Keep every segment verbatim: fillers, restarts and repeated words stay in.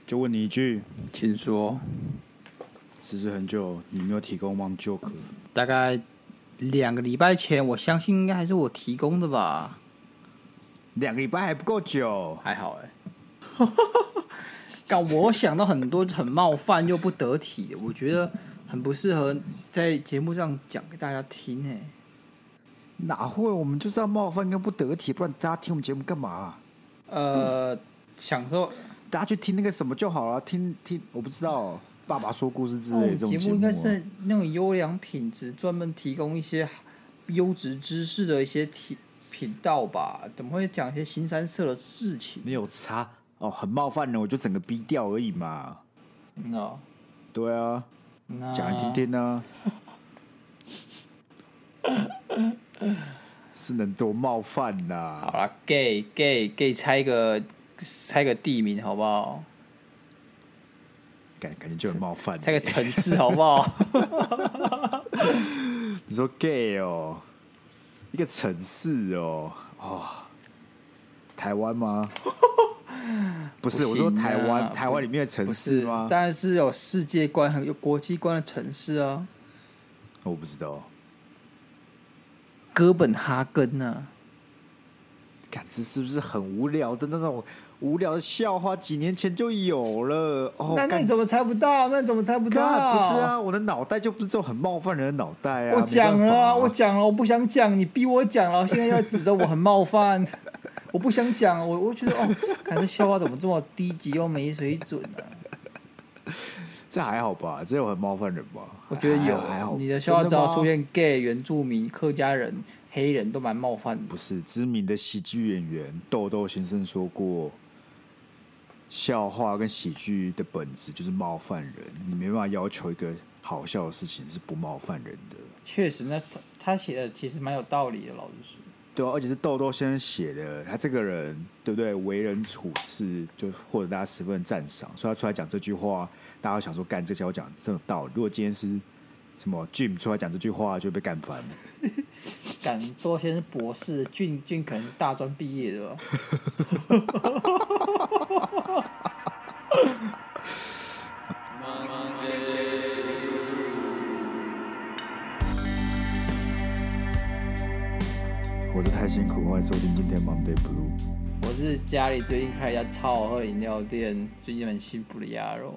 就问你一句， 请说。 时至很久，你没有提供 One Joke， 大概两个礼拜前，我相信应该还是我提供的吧。 两个礼拜还不够久， 还好哎、欸。干，我想到很多很冒犯又不得体的，我觉得很不适合在节目上讲给大家听哎、欸。 哪会？我们就是要冒犯跟不得体，不然大家听我们节目干嘛、啊？ 呃，享受， 大家去听那个什么就好了，听听我不知道，爸爸说故事之类的这种节目、啊。 节目应该是那种优良品质，专门提供一些优质知识的一些体频道吧？怎么会讲一些腥膻色的事情？ 没有差哦，很冒犯人，我就整个逼掉而已嘛。 嗯哦， 对啊，讲来听听啊。是能多冒犯呐、啊？ 好啦 ，gay gay gay， 猜个猜个地名好不好？ 感感觉就很冒犯。 猜个城市好不好？ 你说 gay 哦，一个城市哦，哦，台湾吗？不是， 不啊、 我说台湾，台湾里面的城市吗？ 当然是有世界观、有国际观的城市啊。 我不知道。 哥本哈根啊， 感这是不是很无聊的那种无聊的笑话？几年前就有了哦。 那那你怎么猜不到？那你怎么猜不到？ 不是啊，我的脑袋就不是这种很冒犯人的脑袋啊。 我讲了、啊， 啊、 我讲了，我不想讲，你逼我讲了，现在要指责我很冒犯，我不想讲，我我觉得哦，看这笑话怎么这么低级又没水准呢、 啊？这还好吧？这有很冒犯人吧？ 我觉得有， 还好。 你的笑话只要出现 gay、原住民、客家人、黑人都蛮冒犯的。 不是，知名的喜剧演员豆豆先生说过，笑话跟喜剧的本质就是冒犯人，你没办法要求一个好笑的事情是不冒犯人的。 确实，那他他写的其实蛮有道理的，老实说。 对啊，而且是豆豆先生写的，他这个人对不对？为人处事就获得大家十分赞赏，所以他出来讲这句话，大家想说干这家伙讲真有道理。如果今天是什么 Jim 出来讲这句话，就被干翻了。 干豆豆先生博士，俊俊可能大专毕业的吧。 我是太辛苦，欢迎收听今天 Monday Blue。 我是家里最近开了一家超好喝饮料店，最近很幸福的鸭肉。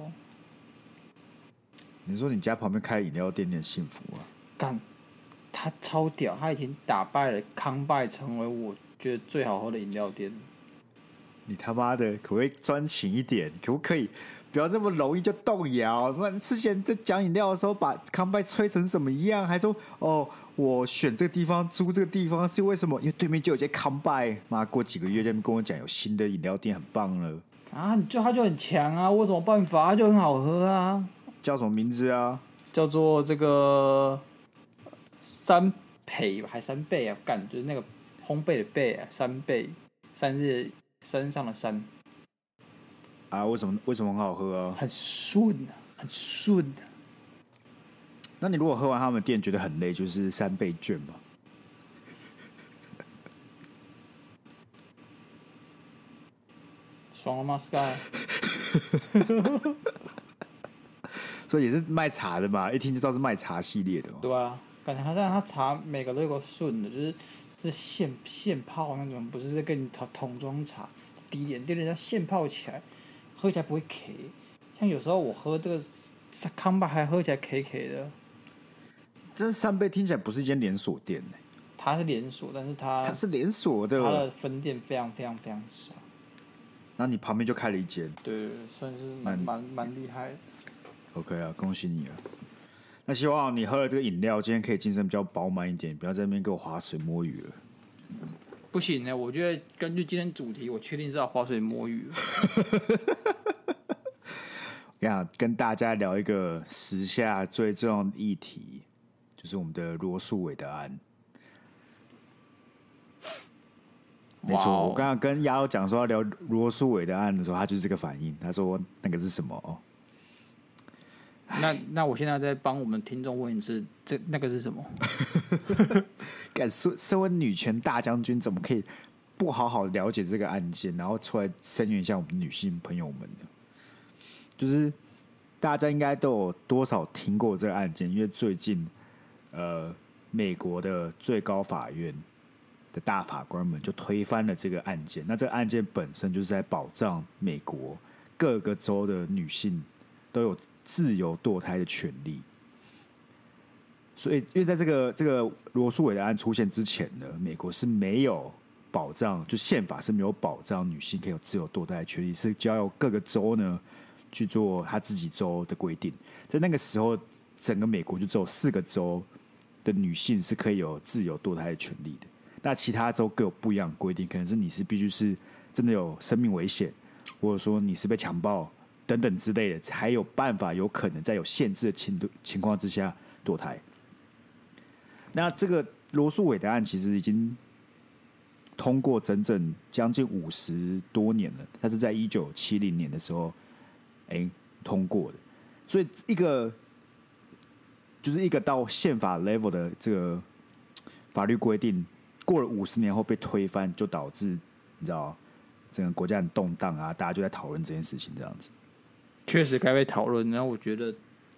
你说你家旁边开饮料店，你很幸福啊？ 干，他超屌，他已经打败了康拜，成为我觉得最好喝的饮料店。 你他妈的可不可以专情一点？可不可以不要那么容易就动摇？不然之前在讲饮料的时候，把康拜吹成什么样，还说哦，我选这个地方租这个地方是为什么？因为对面就有间康拜。妈，过几个月就跟我讲有新的饮料店很棒了啊！你就他就很强啊，我有什么办法？他就很好喝啊。 叫什么名字啊？ 叫做这个三倍还三倍啊？干，就是那个烘焙的焙啊，三倍，三是山上的山啊。为什么为什么很好喝啊？ 很顺啊，很顺啊。 那你如果喝完他们店觉得很累，就是三倍券吧。 爽了吗 ，Sky？ 所以也是卖茶的嘛，一听就知道是卖茶系列的嘛。 对啊，感觉他但他茶每个都有个顺的，就是是现现泡那种，不是在跟你桶桶装茶，低点低点要现泡起来，喝起来不会 K。像有时候我喝这个康巴还喝起来 K K 的。 但是三倍听起来不是一间连锁店呢、欸。 它是连锁，但是它它是连锁的， 它的分店非常非常非常少。 然后你旁边就开了一间， 对，算是蛮蛮蛮厉害的。 OK 啊，恭喜你了。那希望你喝了这个饮料，今天可以精神比较飽滿一点，不要在那边给我划水摸鱼了。 不行呢，我觉得根据今天主题，我确定是要划水摸鱼了。 我想跟大家聊一个时下最重要的议题，就是我们的罗素韦德案。没错， Wow. 我刚刚跟亚欧讲说要聊罗素韦德案的时候，他就是这个反应。他说那个是什么？ 那那我现在再帮我们听众问一次，这那个是什么？ 干，身为女权大将军，怎么可以不好好了解这个案件，然后出来声援一下我们的女性朋友们呢？ 就是大家应该都有多少听过这个案件，因为最近呃美国的最高法院的大法官们就推翻了这个案件。那这个案件本身就是在保障美国各个州的女性都有自由堕胎的权利。所以，因为在这个这个罗素韦德案出现之前呢，美国是没有保障，就宪法是没有保障女性可以有自由堕胎的权利，是交由各个州呢去做他自己州的规定。在那个时候，整个美国就只有四个州的女性是可以有自由堕胎的权利的。那其他州各有不一样的规定，可能是你是必须是真的有生命危险，或者说你是被强暴等等之类的，才有办法有可能在有限制的情情况之下堕胎。那这个罗素韦德案其实已经通过整整将近五十多年了，它是在一九七零年的时候，哎，通过的。所以一个就是一个到宪法 level 的这个法律规定，过了五十年后被推翻，就导致你知道整个国家很动荡啊，大家就在讨论这件事情，这样子。 确实该被讨论。然后我觉得。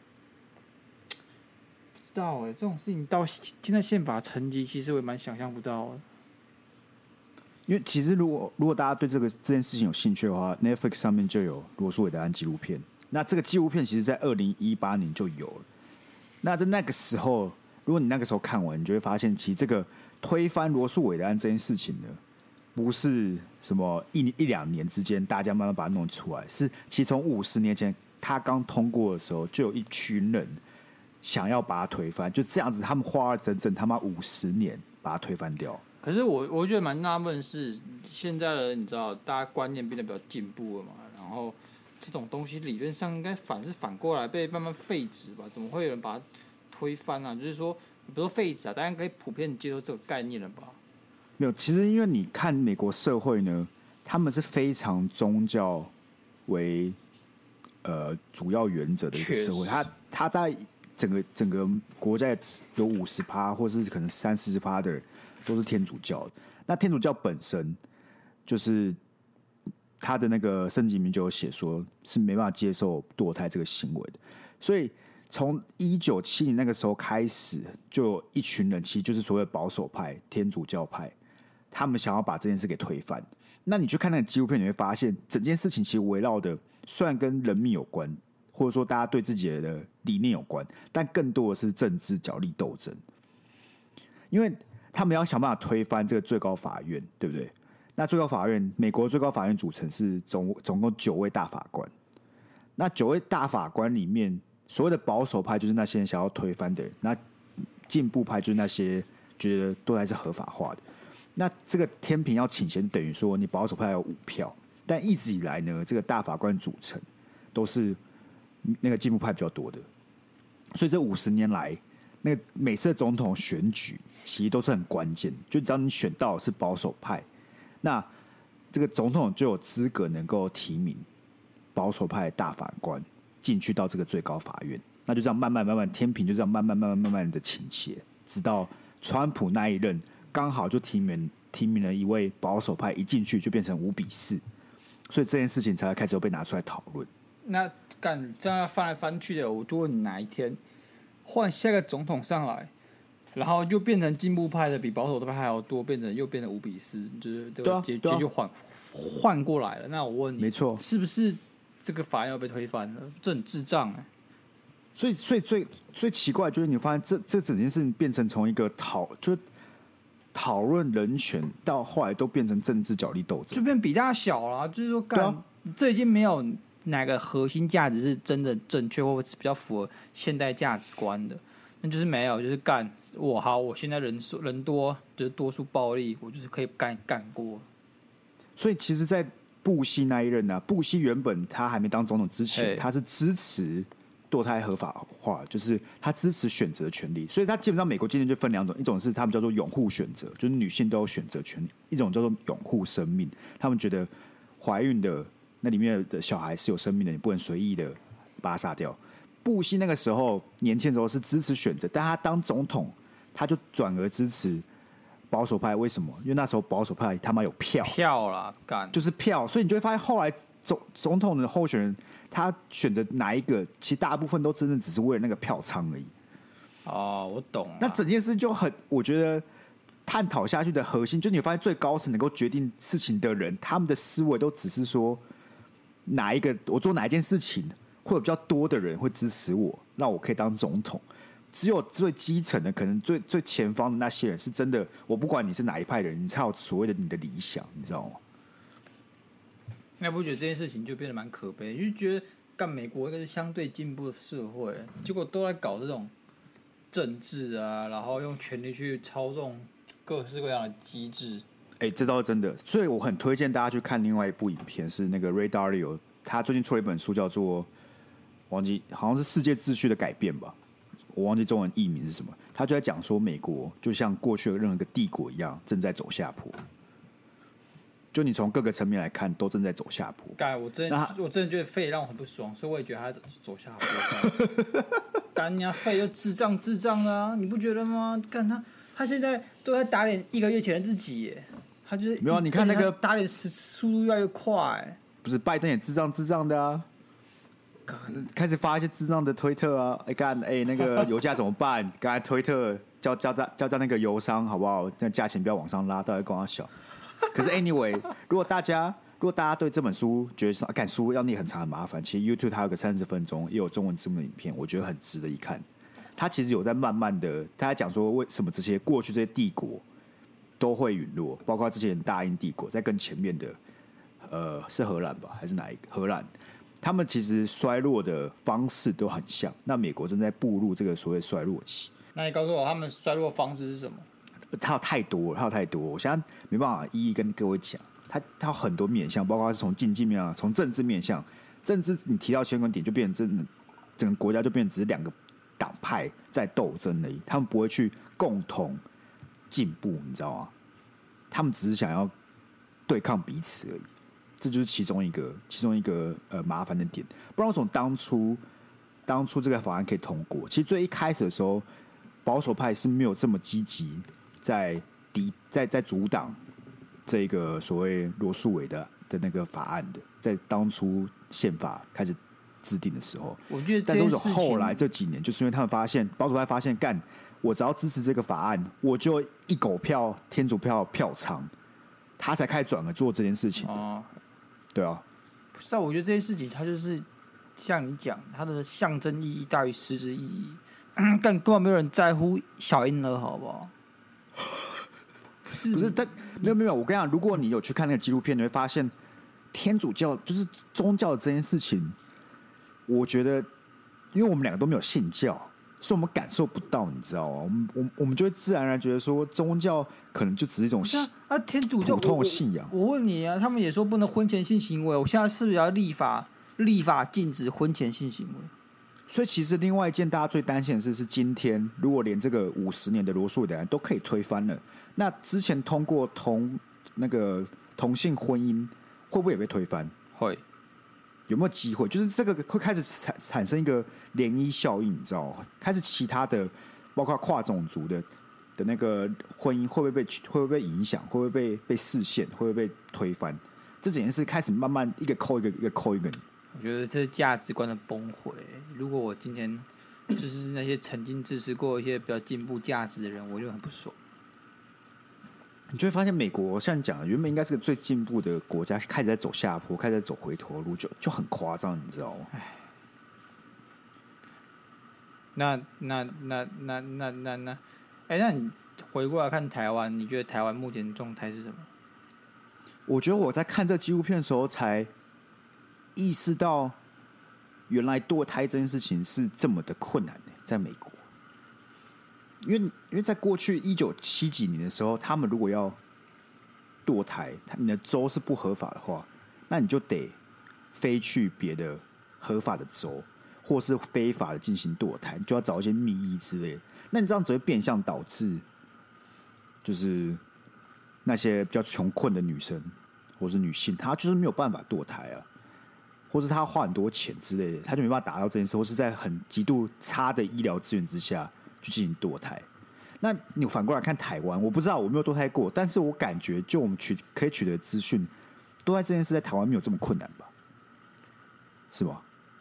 不知道哎、欸，这种事情到现在宪法层级，其实我也蛮想象不到的。 因为其实如果如果大家对这个这件事情有兴趣的话 ，Netflix 上面就有罗素韦德案纪录片。那这个纪录片其实在二零一八年就有了。那在那个时候，如果你那个时候看完，你就会发现，其实这个推翻罗素韦德案这件事情呢，不是什么一一两年之间大家慢慢把它弄出来，是其实从五十年前他刚通过的时候，就有一群人。想要把它推翻，就这样子，他们花了整整他妈五十年把它推翻掉。 可是我我觉得蛮纳闷是，现在的你知道，大家观念变得比较进步了嘛，然后这种东西理论上应该反是反过来被慢慢废止吧？怎么会有人把它推翻啊？就是说，比如说废止啊，大家可以普遍接受这个概念了吧？ 没有，其实因为你看美国社会呢，他们是非常宗教为呃主要原则的一个社会，他他在。整个整个国家有五十趴，或是可能三四十趴的人都是天主教的。那天主教本身就是他的那个圣经里面就有写说，是没办法接受堕胎这个行为的。所以从一九七零那个时候开始，就有一群人，其实就是所谓的保守派、天主教派，他们想要把这件事给推翻。那你去看那个纪录片，你会发现整件事情其实围绕的虽然跟人命有关。或者说大家对自己的理念有关，但更多的是政治角力斗争，因为他们要想办法推翻这个最高法院，对不对？那最高法院，美国最高法院组成是总总共九位大法官，那九位大法官里面，所谓的保守派就是那些人想要推翻的人，那进步派就是那些觉得都还是合法化的。那这个天平要倾斜，等于说你保守派有五票，但一直以来呢，这个大法官组成都是。那个进步派比较多的，所以这五十年来，那个每次的总统选举其实都是很关键。就只要你选到的是保守派，那这个总统就有资格能够提名保守派的大法官进去到这个最高法院。那就这样慢慢慢慢，天平就这样慢慢慢慢慢慢的倾斜，直到川普那一任刚好就提名提名了一位保守派，一进去就变成五比四，所以这件事情才会开始被拿出来讨论。 那干这样翻来翻去的，我就问你哪一天换下一个总统上来，然后就变成进步派的比保守派还要多，变成又变成五比四，就是这个结局就换换过来了。那我问你， 没错， 是不是这个法案要被推翻了？这很智障哎、欸！ 所以，所以最最奇怪就是你发现这这整件事情变成从一个讨就讨论人权，到后来都变成政治角力斗争， 就变比大小了。就是说，干、啊、这已经没有。哪个核心价值是真的正确，或是比较符合现代价值观的？那就是没有，就是干我好，我现在人数人多，就是多数暴力，我就是可以干干过。 所以其实，在布希那一任呢、啊，布希原本他还没当总统之前，他是支持堕胎合法化，就是他支持选择权利。所以他基本上美国今天就分两种，一种是他们叫做拥护选择，就是女性都有选择权利；一种叫做拥护生命，他们觉得怀孕的。那里面的小孩是有生命的，你不能随意的把他杀掉。布希那个时候年轻的时候是支持选择，但他当总统，他就转而支持保守派。为什么？因为那时候保守派他妈有票， 票啦，干就是票，所以你就会发现后来总总统的候选人他选择哪一个，其实大部分都真的只是为了那个票仓而已。 哦，我懂了。 那整件事就很，我觉得探讨下去的核心，就你发现最高层能够决定事情的人，他们的思维都只是说哪一个我做哪一件事情，会有比较多的人会支持我，让我可以当总统。只有最基层的，可能最最前方的那些人，是真的。我不管你是哪一派的人，你才有所谓的你的理想，你知道吗？ 那不觉得这件事情就变得蛮可悲？就觉得干美国一个是相对进步的社会，结果都在搞这种政治啊，然后用权力去操纵各式各样的机制。 哎、欸，这倒是真的。所以我很推荐大家去看另外一部影片，是那个 Ray Dalio， 他最近出了一本书，叫做忘记好像是《世界秩序的改变》吧，我忘记中文译名是什么。他就在讲说，美国就像过去的任何一个帝国一样，正在走下坡。就你从各个层面来看，都正在走下坡。 干，我真的我真的觉得废让我很不爽，所以我也觉得他走下坡。干人家废就智障智障啊，你不觉得吗？干他他现在都在打脸一个月前的自己耶，他就是没有、啊、你看那个打脸速度越来越快。 不是拜登也智障智障的啊，开始发一些智障的推特啊，哎干哎那个油价怎么办？刚才推特叫叫叫叫叫那个油商好不好？那价钱不要往上拉，到底跟我小。可是 anyway， 如果大家如果大家对这本书觉得说啊，看书要念很长很麻烦，其实 YouTube 它有个三十分钟也有中文字幕的影片，我觉得很值得一看。它其实有在慢慢的，他在讲说为什么这些过去这些帝国都会陨落，包括之前大英帝国，在更前面的呃是荷兰吧，还是哪一个荷兰？他们其实衰落的方式都很像。那美国正在步入这个所谓衰落期。 那你告诉我，他们衰落方式是什么？ 它有太多，它有太多，我现在没办法一一跟各位讲。它它有很多面向，包括是从经济面向，从政治面向。政治你提到相关点，就变成真整个国家就变成只是两个党派在斗争而已，他们不会去共同进步，你知道吗？他们只是想要对抗彼此而已。这就是其中一个其中一个呃麻烦的点。不然为什么当初当初这个法案可以通过？其实最一开始的时候，保守派是没有这么积极在抵在在阻挡这个所谓罗素韦的的那个法案的，在当初宪法开始制定的时候， 我觉得但是为什么后来这几年，就是因为他们发现保守派发现，干我只要支持这个法案，我就一狗票天主票票仓，他才开始转而做这件事情。 哦， 对啊， 不是啊，我觉得这些事情它就是像你讲，它的象征意义大于实质意义。但根本没有人在乎小婴儿，好不好？ 不是，但没有没有，我跟你讲，如果你有去看那个纪录片，你会发现天主教就是宗教这件事情，我觉得，因为我们两个都没有信教，所以我们感受不到，你知道吗？我们我们我们就会自然而然觉得说，宗教可能就只是一种啊，天主教普通的信仰。 我, 我问你啊，他们也说不能婚前性行为，我现在是不是要立法立法禁止婚前性行为？ 所以其实另外一件大家最担心的事是，今天如果连这个五十年的罗素韦德案都可以推翻了，那之前通过同那个同性婚姻会不会也被推翻？ 会， 有没有机会？就是这个会开始产产生一个涟漪效应，你知道吗？开始其他的，包括跨种族的的那个婚姻会不会被会不会被影响？会不会被被视线？会不会被推翻？这整件事开始慢慢一个扣一个，一个扣一个。 我觉得这是价值观的崩毁。如果我今天就是那些曾经支持过一些比较进步价值的人，我就很不爽。 你就会发现，美国像你讲的，原本应该是个最进步的国家，开始在走下坡，开始在走回头路，就就很夸张，你知道吗？ 那那那那那那那，哎、欸，那你回过来看台湾，你觉得台湾目前状态是什么？ 我觉得我在看这纪录片的时候，才意识到，原来堕胎这件事情是这么的困难的，在美国。因为因为在过去一九七几年的时候，他们如果要堕胎，你的州是不合法的话，那你就得飞去别的合法的州，或是非法的进行堕胎，你就要找一些密医之类的。那你这样只会变相导致，就是那些比较穷困的女生或是女性，她就是没有办法堕胎啊，或是她花很多钱之类的，她就没办法达到这件事，或是在很极度差的医疗资源之下去进行堕胎。那你反过来看台湾，我不知道，我没有堕胎过，但是我感觉就我们取可以取得资讯，堕胎这件事在台湾没有这么困难吧？是吧？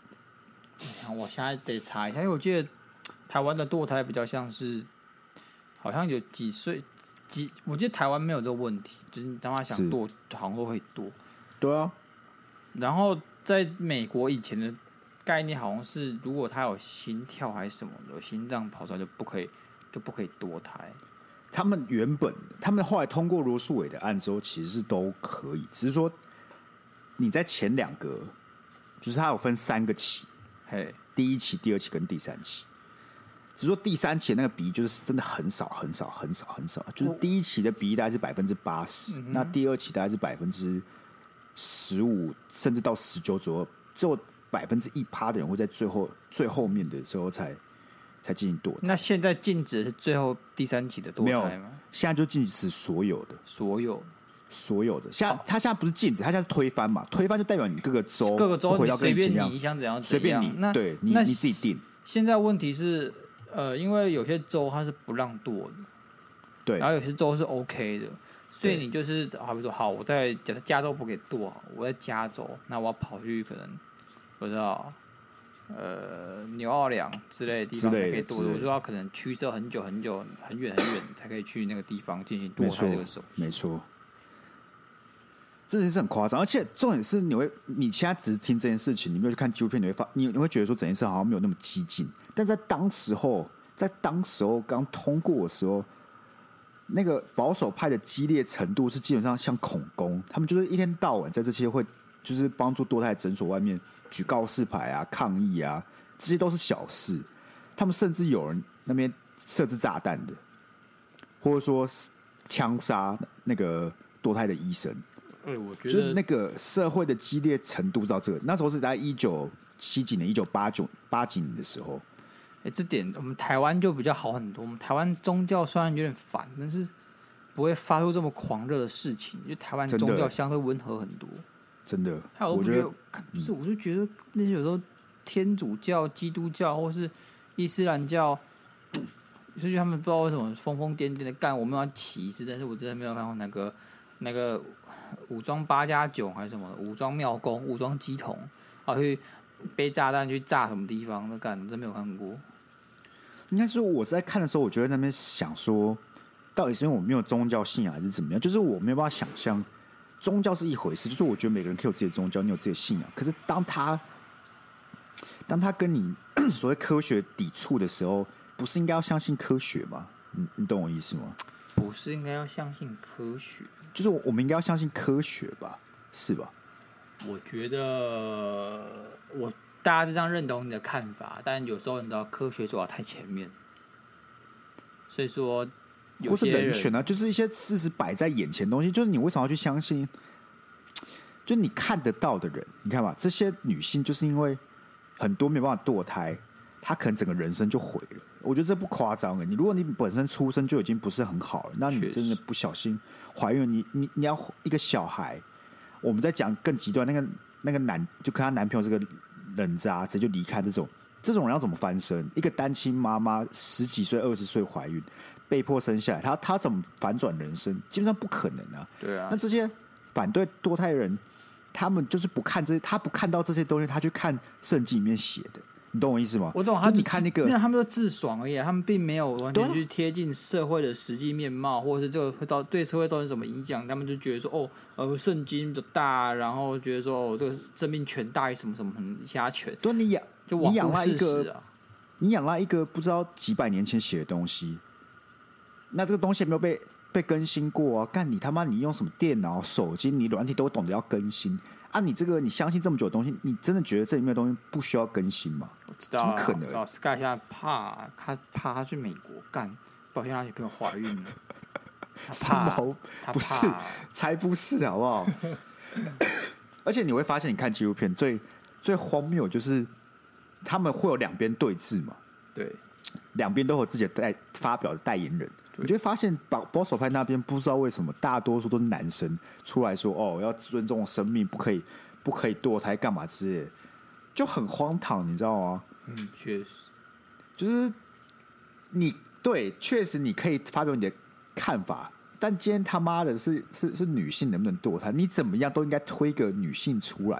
我现在得查一下，因为我记得台湾的堕胎比较像是，好像有几岁几，我记得台湾没有这个问题，就是你当他想堕，好像都可以堕。 对啊。 然后在美国以前的概念好像是，如果他有心跳还是什么的，心脏跑出来就不可以，就不可以堕胎。 他们原本，他们后来通过罗素韦的案之后，其实是都可以，只是说你在前两个，就是它有分三个期， 嘿， 第一期、第二期跟第三期。只是说第三期那个比例就是真的很少、很少、很少、很少，就是第一期的比例大概是百分之八十，那第二期大概是百分之十五，甚至到十九左右，只有百分之一趴的人会在最后最后面的时候才。才进行堕胎。 那现在禁止是最后第三期的堕胎吗？ 现在就禁止所有的， 所有所有的。现在、哦、他现在不是禁止，他现在是推翻嘛？推翻就代表你各个州各个州回到随便你想怎样随便你， 那对你你自己定。 现在问题是，呃，因为有些州它是不让堕的， 对， 然后有些州是 OK 的，所以你就是好比说，好，我在假设加州不给堕，好，我在加州，那我要跑去可能不知道。呃，纽奥良之类的地方才可以堕，我就要可能驱车很久很久、很远很远才可以去那个地方进行堕胎这个手术。 没错，这件事很夸张，而且重点是你会，你现在只是听这件事情，你没有去看纪录片，你会发，你你会觉得说整件事好像没有那么激进，但在当时候，在当时候刚通过的时候，那个保守派的激烈程度是基本上像恐攻，他们就是一天到晚在这些会就是帮助堕胎诊所外面。举告示牌啊，抗议啊，这些都是小事。他们甚至有人那边设置炸弹的，或者说枪杀那个堕胎的医生。 哎、欸，我觉得就是那个社会的激烈程度到这个，那时候是在一九七几年、一九八九八几年的时候。 哎、欸，这点我们台湾就比较好很多。我们台湾宗教虽然有点烦，但是不会发出这么狂热的事情，因为台湾宗教相对温和很多。 真的， 还有我觉得，不是，我就觉得那些有时候天主教、基督教或是伊斯兰教，所以他们不知道为什么疯疯癫癫的干，我们要歧视，但是我真的没有看过那个那个武装八加九还是什么武装庙公、武装乩童啊，去背炸弹去炸什么地方，那干真没有看过。 应该是我在看的时候，我觉得那边想说，到底是因为我没有宗教信仰还是怎么样？就是我没有办法想象。宗教是一回事，就是我觉得每个人可以有自己的宗教，你有自己的信仰。可是当他当他跟你所谓科学抵触的时候，不是应该要相信科学吗？你你懂我意思吗？ 不是应该要相信科学， 就是我们应该要相信科学吧，是吧？ 我觉得我大家是这样认同你的看法，但有时候你知道科学走到太前面，所以说。 或是人权啊，就是一些事实摆在眼前的东西，就是你为什么要去相信？就你看得到的人，你看吧，这些女性就是因为很多没有办法堕胎，她可能整个人生就毁了。我觉得这不夸张的。你如果你本身出生就已经不是很好了，那你真的不小心怀孕，你你你要一个小孩，我们在讲更极端，那个那个男就跟她男朋友是个人渣，直接就离开这种，这种人要怎么翻身？一个单亲妈妈十几岁、二十岁怀孕。被迫生下来，他他怎么反转人生？基本上不可能啊。 对啊。 那这些反对堕胎的人，他们就是不看这些，他不看到这些东西，他去看圣经里面写的，你懂我意思吗？ 我懂。他你看那个， 因为他们都自爽而已，他们并没有完全去贴近社会的实际面貌，或者是这个会造对社会造成什么影响，他们就觉得说，哦，呃，圣经的大，然后觉得说，哦，这个生命权大于什么什么很瞎权。 对，你养就罔顾事实啊， 你养了一个不知道几百年前写的东西。那这个东西没有被被更新过啊！干你他妈！你用什么电脑、手机，你软体都懂得要更新啊！你这个你相信这么久的东西，你真的觉得这里面的东西不需要更新吗？ 我知道， 怎么可能？ 哦 ，Sky 现在怕他怕他去美国干，保险他女朋友怀孕了，他怕，他不是，才不是好不好？而且你会发现，你看纪录片最最荒谬就是他们会有两边对峙嘛， 对， 两边都有自己的代发表的代言人。你就会发现保保守派那边不知道为什么大多数都是男生出来说哦要尊重生命，不可以不可以堕胎干嘛之类的，就很荒唐，你知道吗？ 嗯，确实， 就是你对，确实你可以发表你的看法，但今天他妈的是是是女性能不能堕胎，你怎么样都应该推个女性出来吧。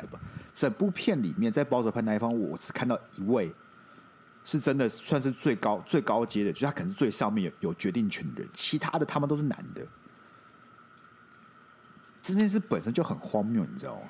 整部片里面在保守派那一方，我只看到一位是真的算是最高最高阶的，就是他可能是最上面有有决定权的人，其他的他们都是男的。这件事本身就很荒谬，你知道吗？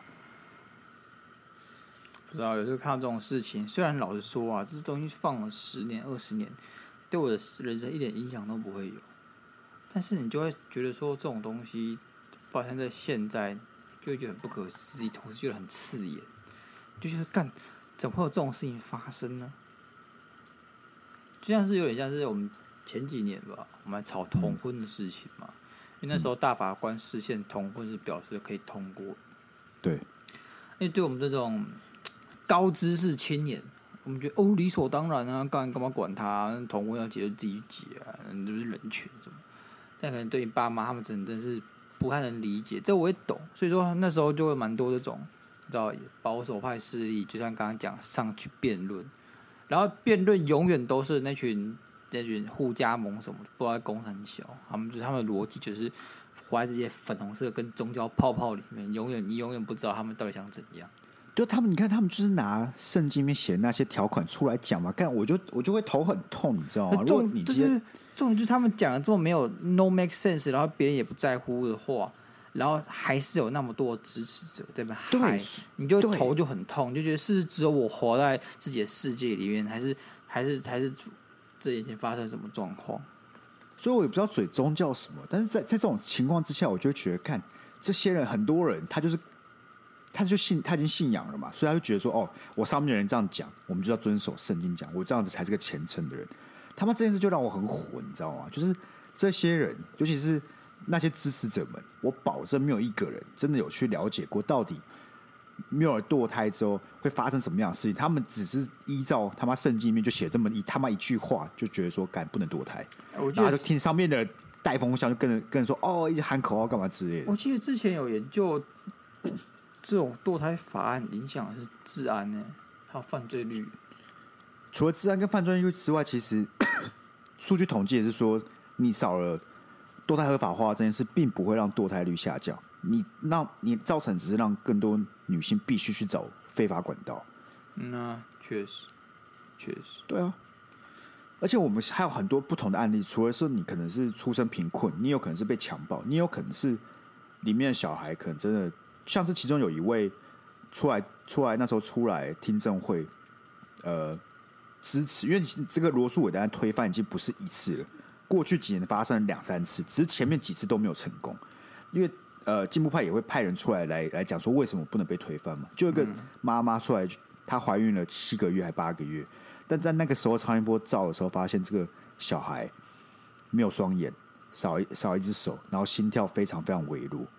不知道，有时候看到这种事情，虽然老实说啊，这东西放了十年、二十年，对我的人生一点影响都不会有，但是你就会觉得说，这种东西发生在现在，就会觉得很不可思议，同时觉得很刺眼，就觉得干，怎么会有这种事情发生呢？就像是有点像是我们前几年吧，我们来吵同婚的事情嘛，因为那时候大法官释宪同婚是表示可以通过， 对， 因为对我们这种高知识青年，我们觉得哦理所当然啊，干干嘛管他、啊？同婚要结就自己结啊，这不是人权什么？但可能对你爸妈他们真的是不太能理解，这我也懂。所以说那时候就会蛮多这种，你知道保守派势力，就像刚刚讲上去辩论，然后辩论永远都是那群那群互加盟什么，不知道在攻很小，他们就是他们的逻辑就是活在这些粉红色跟宗教泡泡里面，永远你永远不知道他们到底想怎样。 就他们，你看他们就是拿圣经里面写的那些条款出来讲嘛，干我就我就会头很痛，你知道吗？如果你今天重点就是他们讲的这么没有 no make sense， 然后别人也不在乎的话，然后还是有那么多支持者在那边嗨，你就头就很痛，就觉得是只有我活在自己的世界里面，还是还是还是这眼前发生什么状况？ 所以我也不知道嘴宗教什么，但是在在这种情况之下，我就会觉得，看这些人，很多人他就是。他就信，他已经信仰了嘛，所以他就觉得说，哦，我上面的人这样讲，我们就要遵守圣经讲，我这样子才是个虔诚的人。他妈这件事就让我很火，你知道吗？就是这些人，尤其是那些支持者们，我保证没有一个人真的有去了解过，到底没有人堕胎之后会发生什么样的事情。他们只是依照他妈圣经里面就写这么一他妈一句话，就觉得说，干不能堕胎，然后就听上面的人带风向，就跟着跟着说，哦，一直喊口号干嘛之类的。 我记得之前有研究。这种堕胎法案影响的是治安呢，还有犯罪率。 除了治安跟犯罪率之外，其实数据统计也是说，你少了堕胎合法化这件事，并不会让堕胎率下降。你让你造成只是让更多女性必须去找非法管道。 嗯啊，确实，确实， 对啊。而且我们还有很多不同的案例，除了是你可能是出身贫困，你有可能是被强暴，你有可能是里面的小孩可能真的。像是其中有一位出来出来那时候出来听证会，呃，支持，因为这个罗素韦德案推翻已经不是一次了，过去几年发生了两三次，只是前面几次都没有成功。因为呃，进步派也会派人出来来来讲说为什么不能被推翻嘛。就一个妈妈出来，她怀孕了七个月还八个月，但在那个时候超音波照的时候，发现这个小孩没有双眼，少一少一只手，然后心跳非常非常微弱。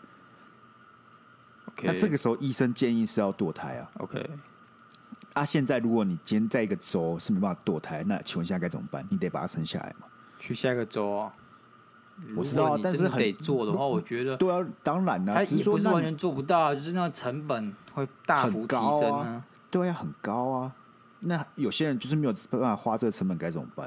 Okay. 那这个时候医生建议是要堕胎啊。 OK， 啊，现在如果你今天在一个州是没办法堕胎，那请问现在该怎么办？你得把它生下来嘛？ 去下一个州啊。 我知道，但是很得做的话，我觉得对啊，当然啦、啊， 他也不是完全做不到，就是那成本会大幅提升啊。啊对啊，很高啊。那有些人就是没有办法花这个成本，该怎么办？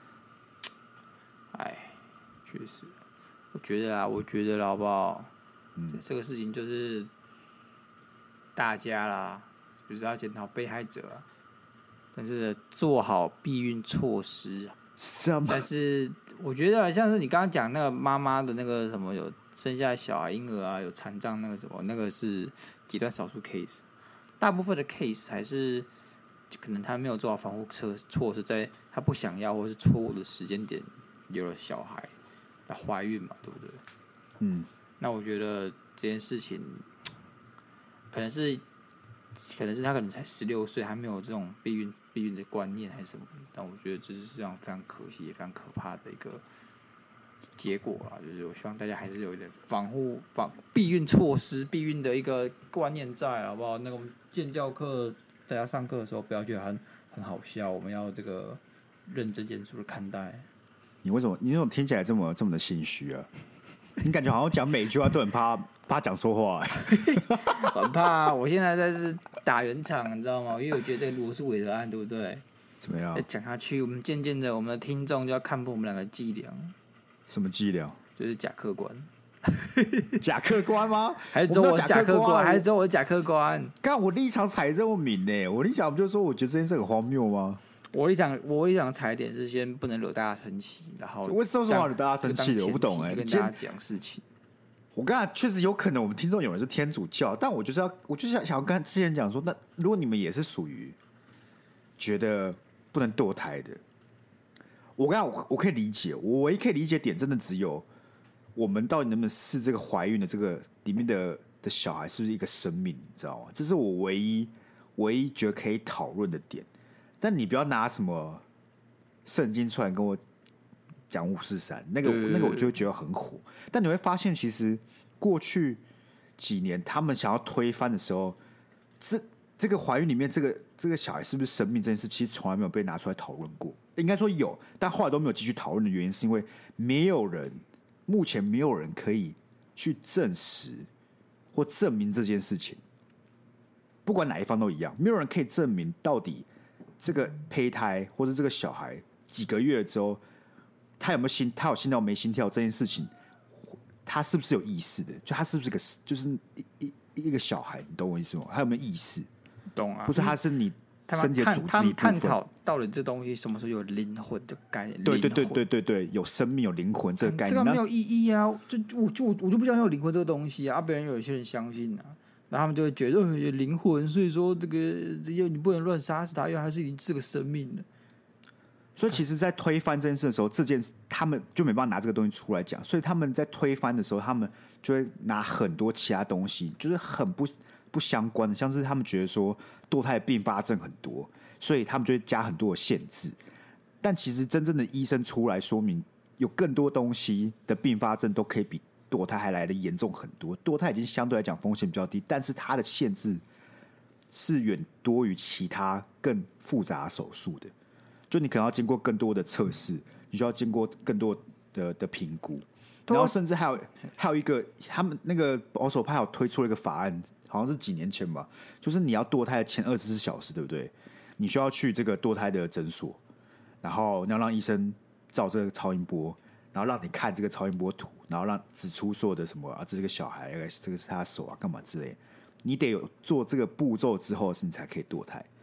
哎，确实，我觉得啊，我觉得啦好不好？嗯，这个事情就是。大家啦，就是要检讨被害者啊，但是做好避孕措施。但是我觉得像是你刚刚讲那个妈妈的那个什么有生下小孩婴儿啊，有残障那个什么，那个是极端少数 case， 大部分的 case 还是可能他没有做好防护措施，在他不想要或是错误的时间点有了小孩，来怀孕嘛，对不对？ 嗯， 那我觉得这件事情。可能是，可能是他可能才十六岁，还没有这种避孕避孕的观念还是什么，但我觉得这是这样非常可惜也非常可怕的一个结果啦。就是我希望大家还是有一点防护防避孕措施、避孕的一个观念在，好不好？那个健教课大家上课的时候不要觉得很很好笑，我们要这个认真严肃的看待。 你为什么你为什么听起来这么这么的心虚啊？你感觉好像讲每一句话都很怕怕讲错话、欸， 很怕、啊。我现在在是打圆场，你知道吗？因为我觉得这个罗素韦德案，对不对？ 怎么样？ 再讲下去，我们渐渐的，我们的听众就要看破我们两个伎俩。 什么伎俩？ 就是假客观。 假客观吗？ 还是只有我是假客观？还是只有我是假客观？ 刚我立场踩这么明呢，我立场不就是说，我觉得这件事很荒谬吗？ 我立场，我立场踩点是先不能惹大家生气，然后为什么说惹大家生气的？我不懂哎、欸， 跟大家讲事情。 我刚才确实有可能我们听众有人是天主教，但我就是要，我就是想想要跟这些人讲说，那如果你们也是属于觉得不能堕胎的，我刚才 我, 我可以理解，我唯一可以理解点真的只有我们到底能不能试这个怀孕的这个里面的的小孩是不是一个生命，你知道吗？这是我唯一唯一觉得可以讨论的点。但你不要拿什么圣经出来跟我讲五四三，那个那个我就会觉得很火。但你会发现，其实过去几年他们想要推翻的时候，这这个怀孕里面这个这个小孩是不是生命这件事，其实从来没有被拿出来讨论过。应该说有，但后来都没有继续讨论的原因，是因为没有人目前没有人可以去证实或证明这件事情。不管哪一方都一样，没有人可以证明到底这个胚胎或者这个小孩几个月之后，他有没有心，他有心跳没心跳这件事情，他是不是有意识的？就他是不是个就是一一一个小孩？你懂我意思吗？他有没有意识？ 懂啊？ 或者他是你身体的组织一部分？ 探讨到底这东西什么时候有灵魂的概念？ 对对对对对对，有生命有灵魂这个概念， 这个没有意义啊！就我就我就不相信有灵魂这个东西啊！别人有些人相信啊。然后他们就会觉得有灵魂，所以说这个你不能乱杀死他，因为他是已经是个生命了。 所以其实，在推翻这件事的时候，这件他们就没办法拿这个东西出来讲。所以他们在推翻的时候，他们就会拿很多其他东西，就是很不不相关的，像是他们觉得说堕胎的并发症很多，所以他们就会加很多的限制。但其实真正的医生出来说明，有更多东西的并发症都可以比堕胎还来的严重很多。堕胎已经相对来讲风险比较低，但是它的限制是远多于其他更复杂的手术的。就你可能要经过更多的测试，你需要经过更多 的, 的评估，然后甚至还有还有一个，他们那个保守派有推出了一个法案，好像是几年前吧，就是你要堕胎的前二十四小时，对不对？你需要去这个堕胎的诊所，然后你要让医生照这个超音波，然后让你看这个超音波图，然后让指出所有的什么啊，这是个小孩，这个是他的手啊，干嘛之类，你得有做这个步骤之后，你才可以堕胎。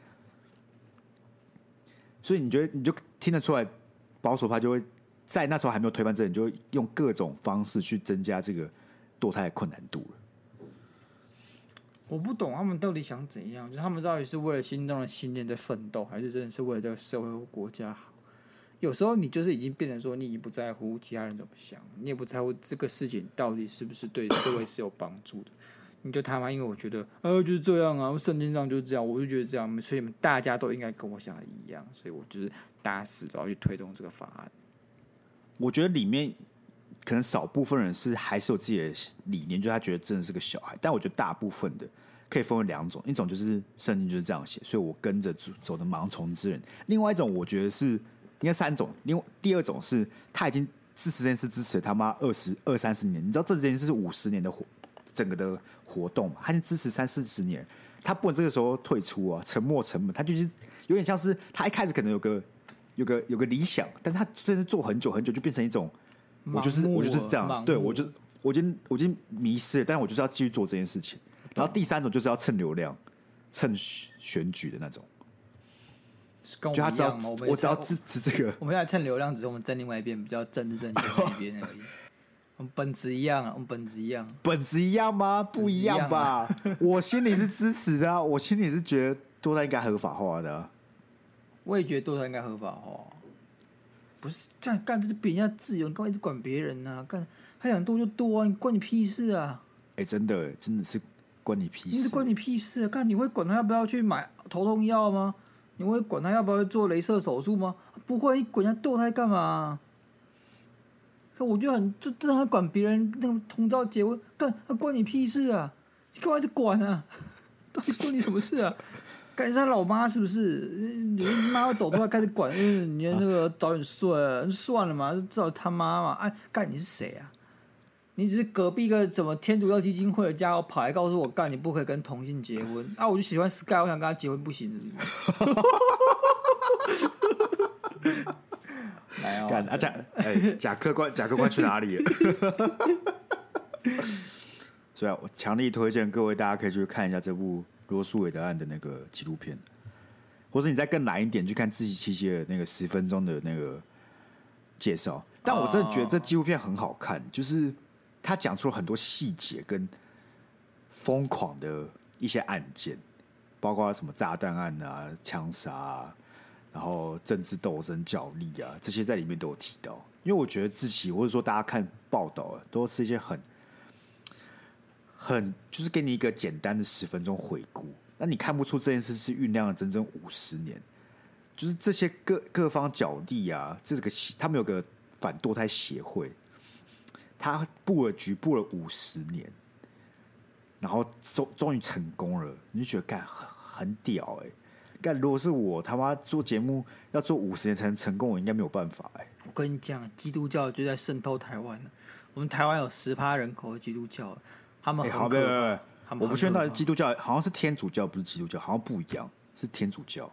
所以你觉得你就听得出来，保守派就会在那时候还没有推翻这人，就会用各种方式去增加这个堕胎的困难度了。 我不懂他们到底想怎样，就是他们到底是为了心中的信念在奋斗，还是真的是为了这个社会或国家好？有时候你就是已经变成说，你已经不在乎其他人怎么想，你也不在乎这个事情到底是不是对社会是有帮助的。你就他妈，因为我觉得，呃，就是这样啊，圣经上就是这样，我就觉得这样，所以大家都应该跟我想的一样，所以我就是打死都要去推动这个法案。 我觉得里面可能少部分人是还是有自己的理念，就是他觉得真的是个小孩，但我觉得大部分的可以分为两种，一种就是圣经就是这样写，所以我跟着走的盲从之人；另外一种我觉得是应该三种，另外第二种是他已经支持这件事支持了他妈二十二三十年，你知道这件事是五十年的活整个的活动嘛，他已经支持三四十年，他不能这个时候退出啊，沉没成本，他就是有点像是他一开始可能有个有个有个理想，但是他真是做很久很久，就变成一种我就是我就是这样，对我就我已经我已经迷失了，但是我就是要继续做这件事情。然后第三种就是要蹭流量、蹭选举的那种， 跟我们一样吗？ 我我只要支持这个， 我们现在蹭流量，只是我们站另外一边，比较政治正确那一边而已。我们本质一样啊，我们本质一样， 本质一样吗？不一样吧？样啊、我心里是支持的、啊，我心里是觉得堕胎应该合法化的、啊。 我也觉得堕胎应该合法化，不是这样干，这是别人家自由，你干嘛一直管别人呢、啊？干他想堕就堕啊，你关你屁事啊！ 哎、欸，真的，真的是关你屁事， 你是关你屁事啊！干你会管他要不要去买头痛药吗？你会管他要不要做雷射手术吗？不会，你管人家堕胎干嘛？我就很就真的还管别人那个同照结婚，干他关你屁事啊！你干嘛一直管啊？到底关你什么事啊？干是他老妈是不是？你妈要走出来开始管，嗯，你那个早点睡，算了嘛，至少他妈嘛。哎，干你是谁啊？你只是隔壁一个什么天主教基金会的家伙跑来告诉我，干你不可以跟同性结婚啊！我就喜欢 Sky， 我想跟他结婚，不行的。来哦， 干啊假哎假客官假客官去哪里了？ 所以我强力推荐各位大家可以去看一下这部罗素韦德案的那个纪录片，或者你再更懒一点去看自己七七的那个十分钟的那个介绍。但我真的觉得这纪录片很好看，就是他讲出了很多细节跟疯狂的一些案件，包括什么炸弹案啊、枪杀啊，然后政治斗争、角力啊，这些在里面都有提到。因为我觉得自己或者说大家看报道啊，都是一些很很就是给你一个简单的十分钟回顾，那你看不出这件事是酝酿了整整五十年。就是这些各各方角力啊，这个他们有个反堕胎协会，他布了局布了五十年，然后终终于成功了，你就觉得干很很屌哎、欸！干如果是我他妈做节目要做五十年才能成功，我应该没有办法哎、欸。 我跟你讲，基督教就在渗透台湾了。我们台湾有十趴人口的基督教，他们很可怕、欸、好，别别别， 我不确定到底基督教好像是天主教，不是基督教，好像不一样，是天主教。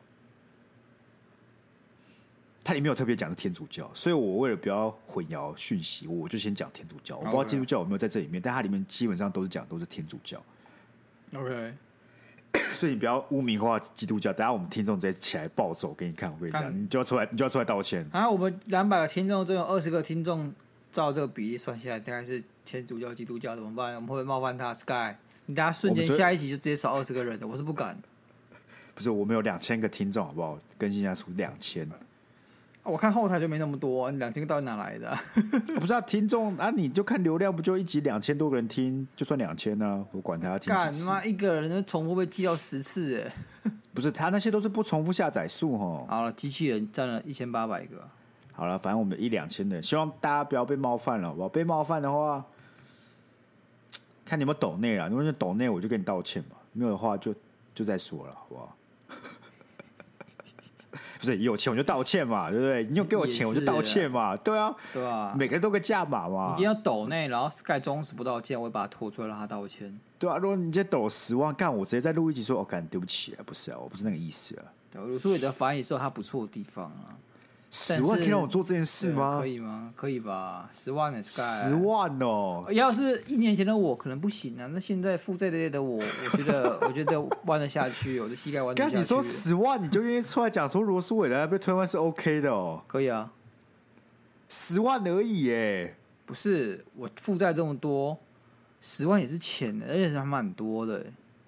它里面有特别讲是天主教，所以我为了不要混淆讯息，我就先讲天主教。我不知道基督教有没有在这里面，但它里面基本上都是讲都是天主教。 OK， 所以你不要污名化基督教，等下我们听众直接起来暴走给你看，我跟你讲，你就要出来，你就要出来道歉。 啊，我们两百个听众，只有二十个听众，照这个比例算下来，大概是天主教、基督教，怎么办？我们会不会冒犯他 ？Sky， 你等下瞬间下一集就直接少二十个人的，我是不敢。 不是，我们有两千个听众，好不好？更新一下数两千。 我看后台就没那么多，两千个到底哪来的、啊？ 不是啊，听众啊，你就看流量，不就一集两千多个人听，就算两千呢？我管他听几次。干妈一个人重复被记到十次哎！ 不是，他那些都是不重复下载数哦。 好了，机器人占了一千八百个。 好了，反正我们一两千人，希望大家不要被冒犯了，好不好？被冒犯的话，看你有没有抖内啦。如果你抖内，我就跟你道歉嘛；没有的话就，就就再说了，好不好？不是有钱我就道歉嘛，对不对？你有给我钱我就道歉嘛，对啊， 对啊， 每个人都个价码嘛。 你今天要抖内，然后 Sky 装死不道歉，我会把他拖出来让他道歉。 对啊，如果你今天抖十万，干我直接再录一集说，哦，干对不起啊，不是啊，我不是那个意思啊。 对，鲁苏伟的反应是有他不错的地方啊。 十万可以让我做这件事吗？ 可以吗？可以吧？十万的 Sky， 十万哦！ 要是一年前的我可能不行啊，那现在负债累累的我，我觉得我觉得弯得下去，我的膝盖弯得下去。 刚你说十万，你就愿意出来讲说罗斯韦德被推翻是 OK 的哦？ 可以啊， 十万而已耶。 不是我负债这么多，十万也是钱的，而且还蛮多的。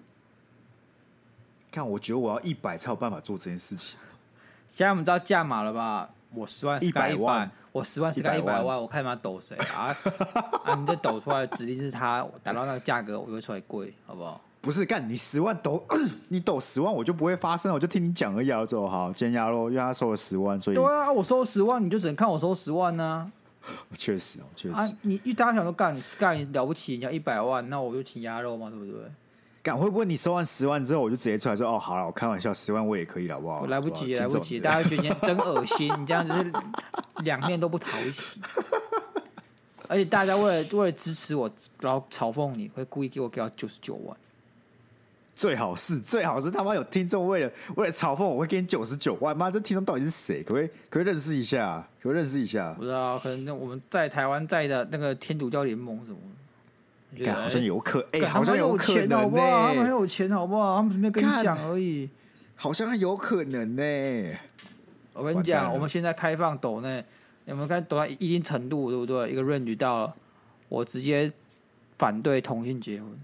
看，我觉得我要一百才有办法做这件事情。 现在我们知道价码了吧？我十万是该一百，我十万是该一百万，我看他抖谁啊？啊！你这抖出来的指令是他达到那个价格，我就会出来跪，好不好？ 不是，干你十万抖，你抖十万我就不会发生，我就听你讲而已啊。就好，今天鸭肉因为他收了十万，所以对啊，我收十万，你就只能看我收十万呢、 啊。确实哦，确实。 啊，你大家想说干 Sky 你了不起，你要一百万，那我就请鸭肉嘛，对不对？ 干会不会你收完十万之后，我就直接出来说哦，好了，我开玩笑，十万我也可以了，好不好？ 我来不及，来不及，大家觉得你真恶心，你这样就是两面都不讨喜。而且大家为了为了支持我，然后嘲讽你，会故意给我给到九十九万。 最好是最好是他妈有听众为了为了嘲讽我会给你九十九万，妈这听众到底是谁？可不可以可不可以认识一下？可不可以认识一下？ 不知道，可能我们在台湾在的那个天主教联盟什么的。 好像有可哎、欸，好像有可能、欸、好不好？他们很有钱，好不好？他们准备跟你讲而已。 好像有可能呢、欸。 我跟你讲，我们现在开放抖内，有没有看抖到一定程度，对不对？一个 range 到了，我直接反对同性结婚。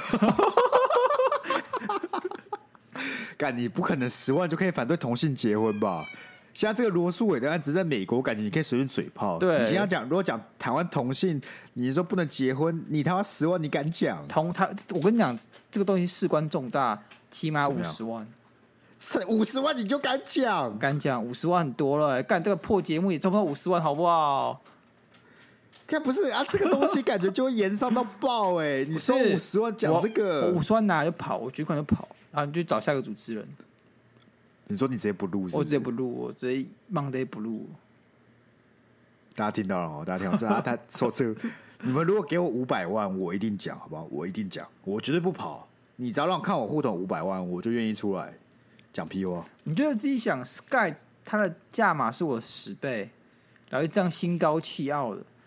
干，你不可能十万就可以反对同性结婚吧？现在这个罗素韦德案只在美国，感觉你可以随便嘴炮。 对， 你今天讲，如果讲台湾同性，你说不能结婚，你他妈十万你敢讲？ 同他，我跟你讲，这个东西事关重大，起码五十万。 五十万你就敢讲？ 敢讲，五十万很多了、欸。干这个破节目也差不多五十万，好不好？ 看不是啊，这个东西感觉就会延上到爆哎、欸！你收五十万讲这个， 我五十万拿就跑，我举款就跑，然后你就找下个主持人。 你说你直接不录， 我直接不录，我直接 Monday 不录。 大家听到了哦，大家听到这，他说这个，你们如果给我五百万，我一定讲，好不好？我一定讲，我绝对不跑。你只要让看我户头五百万，我就愿意出来讲屁话。 你就自己想 ，Sky 它的价码是我的十倍，然后这样心高气傲的，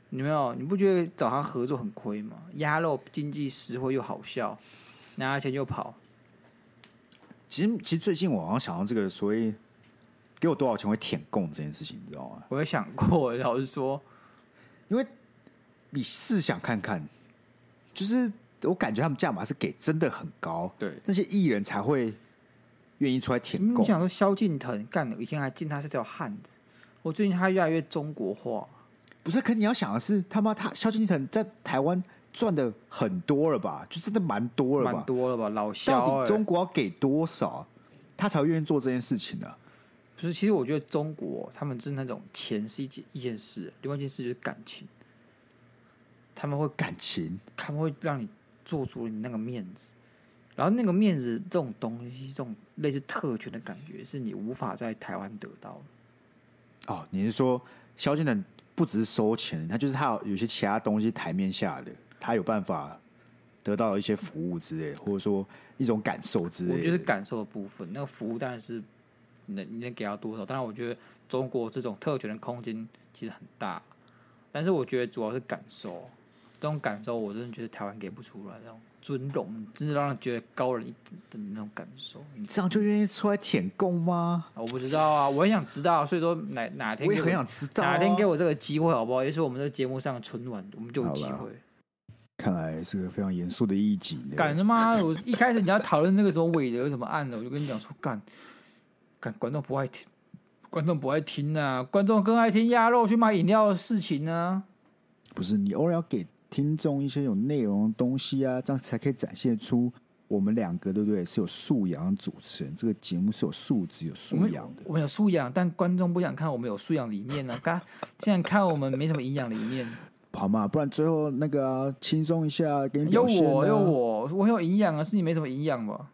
你没有？你不觉得找他合作很亏吗？鸭肉经济实惠又好笑，拿钱就跑。 其实，其实最近我好像想到这个所谓给我多少钱会舔供这件事情，你知道吗？ 我有想过，老实说， 因为你试想看看，就是我感觉他们价码是给真的很高， 对， 那些艺人才会愿意出来舔供。 你想说萧敬腾干，以前还敬他是条汉子，我最近他越来越中国化。 不是，可你要想的是，他妈他萧敬腾在台湾赚的很多了吧？就真的蛮多了吧？ 蛮多了吧？老萧、欸， 到底中国要给多少，他才会愿意做这件事情呢、啊？ 不是，其实我觉得中国他们是那种钱是一件一件事，另外一件事就是感情。他们会感情， 他们会让你做足你那个面子，然后那个面子这种东西，这种类似特权的感觉，是你无法在台湾得到的。 哦，你是说萧敬腾不只是收钱，他就是他有有些其他东西台面下的，他有办法得到一些服务之类的，或者说一种感受之类的。 我觉得是感受的部分，那个服务当然是你能你能给到多少。当然，我觉得中国这种特权的空间其实很大，但是我觉得主要是感受。这种感受，我真的觉得台湾给不出来，这种尊荣，真的让人觉得高人一等的那种感受。你这样就愿意出来舔供吗？ 我不知道啊，我很想知道，所以说哪哪天我也很想知道、啊， 哪天给我这个机会好不好？也许我们这节目上春晚，我们就有机会。 看来是个非常严肃的议题。 干他妈！我一开始你要讨论那个什么韦德什么案的，我就跟你讲说，干干观众不爱听，观众不爱听啊，观众更爱听鸭肉去买饮料的事情啊。 不是，你偶尔要给听众一些有内容的东西啊，这样才可以展现出我们两个对不对是有素养的主持人，这个节目是有素质有素养的。 我们有素养，但观众不想看我们有素养的一面呢、啊。刚现在看我们没什么营养的一面， 好嘛，不然最后那个轻、啊、松一下给你表现、啊。 有我有我，我很有营养啊，是你没什么营养吧？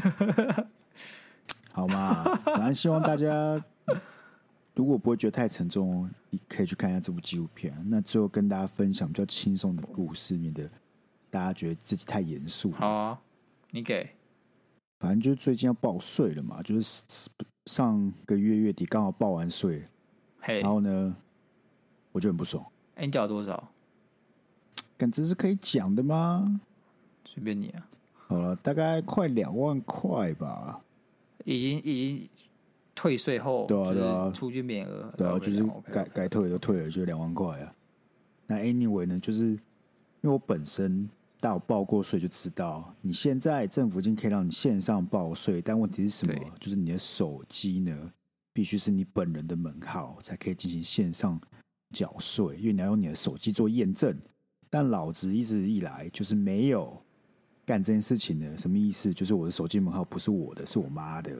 好嘛，反正希望大家如果不会觉得太沉重，你可以去看一下这部纪录片。那最后跟大家分享比较轻松的故事，免得大家觉得自己太严肃。 好啊，你给。 反正就是最近要报税了嘛，就是上个月月底刚好报完税， Hey, 然后呢，我就很不爽。 哎、欸，你缴多少？ 感这是可以讲的吗？ 随便你啊。 好了，大概快两万块吧。 已经已经退税后， 对啊对啊， 出军免额， 对啊，就是该该退的都退了，就两万块啊。那 anyway 呢，就是因为我本身大有报过税，就知道你现在政府已经可以让你线上报税，但问题是什么？就是你的手机呢，必须是你本人的门号才可以进行线上缴税，因为你要用你的手机做验证。但老子一直以来就是没有干这件事情的，什么意思？就是我的手机门号不是我的，是我妈的。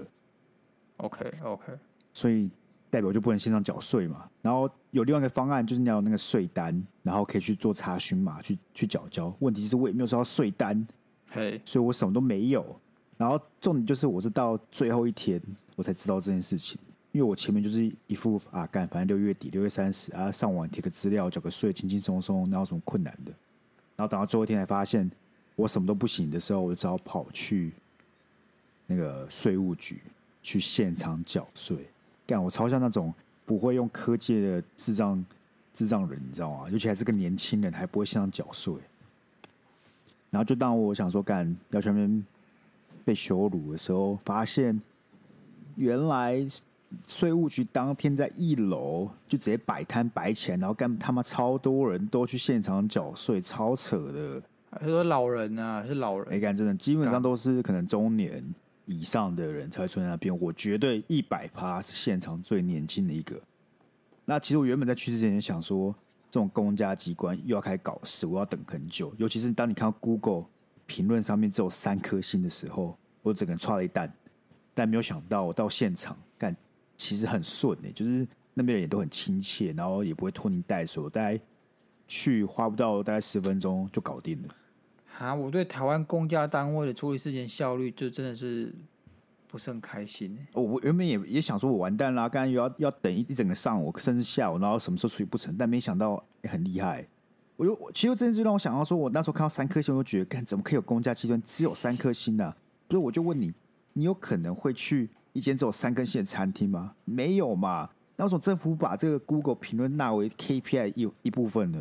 OK OK， 所以代表就不能线上缴税嘛。然后有另外一个方案，就是你要有那个税单，然后可以去做查询嘛，去去缴交。问题是我也没有收到税单， hey. 所以我什么都没有。然后重点就是我是到最后一天我才知道这件事情，因为我前面就是一副啊干，反正六月底六月三十啊上网贴个资料缴个税，轻轻松松，哪有什么困难的。然后等到最后一天才发现我什么都不行的时候，我就只好跑去那个税务局去现场缴税。干，我超像那种不会用科技的智障智障人，你知道吗？尤其还是个年轻人，还不会现场缴税。然后就当我想说干要去那边被羞辱的时候，发现原来税务局当天在一楼就直接摆摊摆起来，然后干他妈超多人都去现场缴税，超扯的。 他说老人啊，是老人。 哎，干真的，基本上都是可能中年以上的人才会出现在那边。我绝对一百趴是现场最年轻的一个。那其实我原本在去之前想说，这种公家机关又要开始搞事，我要等很久。尤其是当你看到 Google 评论上面只有三颗星的时候，我整个人踹了一蛋。但没有想到我到现场干，其实很顺诶、欸，就是那边人也都很亲切，然后也不会拖泥带水，我大概去花不到大概十分钟就搞定了。 啊，我对台湾公家单位的处理事件效率就真的是不是很开心、欸。 我原本也也想说我完蛋啦，刚才又要要等一一整个上午，甚至下午，然后什么时候处理不成，但没想到、欸、很厉害。我又其实这件事让我想到说，我那时候看到三颗星，我就觉得，干怎么可以有公家机关只有三颗星呢、啊？所以我就问你，你有可能会去一间只有三颗星的餐厅吗？没有嘛？那为什么政府把这个 Google 评论纳为 K P I 一一部分呢？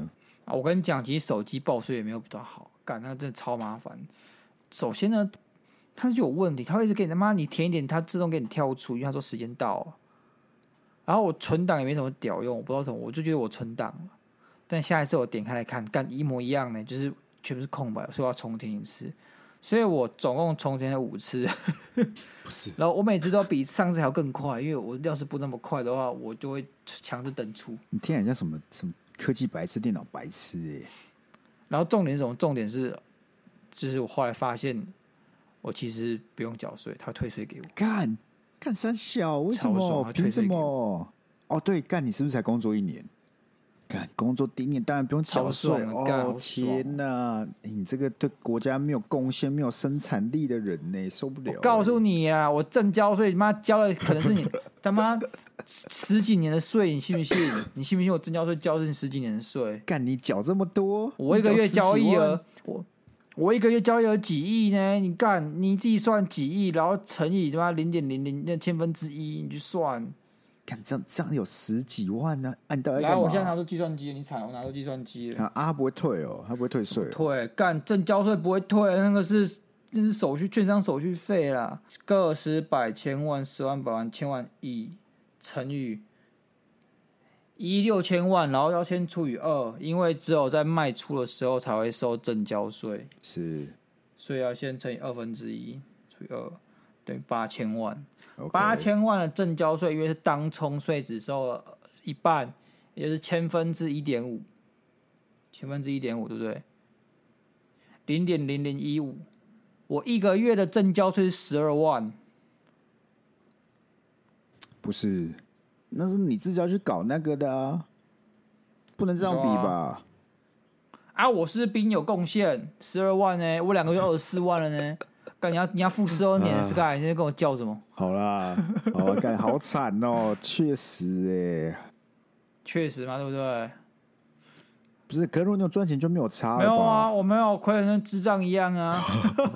啊，我跟你讲，其实手机报税也没有比较好，干那真的超麻烦。首先呢，它就有问题，它会一直给你他妈你填一点，它自动给你跳出，因为它说时间到了。然后我存档也没什么屌用，我不知道什么，我就觉得我存档了。但下一次我点开来看，干一模一样呢，就是全部是空白，所以我要重填一次。所以我总共重填了五次， 不是， 然后我每次都比上次还要更快，因为我要是不那么快的话，我就会强制等出。 你听起来像什么什么科技白痴、电脑白痴哎、欸。 然后重点是什么？重点是，就是我后来发现，我其实不用缴税，他会退税给我。 干干三小，为什么？凭什么？哦，对，干你是不是才工作一年？干工作第一年当然不用缴税哦！天哪，你这个对国家没有贡献、没有生产力的人呢，受不了！ 我告诉你啊，我正交税，妈交了可能是你他妈十几年的税，你信不信？你信不信我正交税交是十几年的税？ 干你缴这么多， 我一个月交易额，我我一个月交易额几亿呢？你干你自己算几亿，然后乘以他妈零点零零那千分之一，你去算。 干这样这样有十几万呢、啊？按到来， 我现在拿出计算机，你惨，我拿出计算机了。 啊，他不会退哦，他不会退税、哦。 退，干正交税不会退，那个是那是手续券商手续费啦。个十百千万十万百万千万亿乘以一六千万，然后要先除以二，因为只有在卖出的时候才会收正交税。 是， 所以要先乘以二分之一除以二，等于八千万。 八、 okay. 千万的正交税，因为是当冲税只收了一半，也就是千分之一点五，千分之一点五，对不对？零点零零一五，我一个月的正交税是十二万。 不是，那是你自己要去搞那个的啊，不能这样比吧？ 啊，我是比你有贡献，十二万呢，我两个月二十四万了呢。干你要你要付十二年的 Sky， 你在跟我叫什么？ 好啦，好啦，干好惨哦，确实哎， 确实嘛，对不对？ 不是，可是如果你有赚钱就没有差了吧？ 没有啊，我没有亏的跟智障一样啊。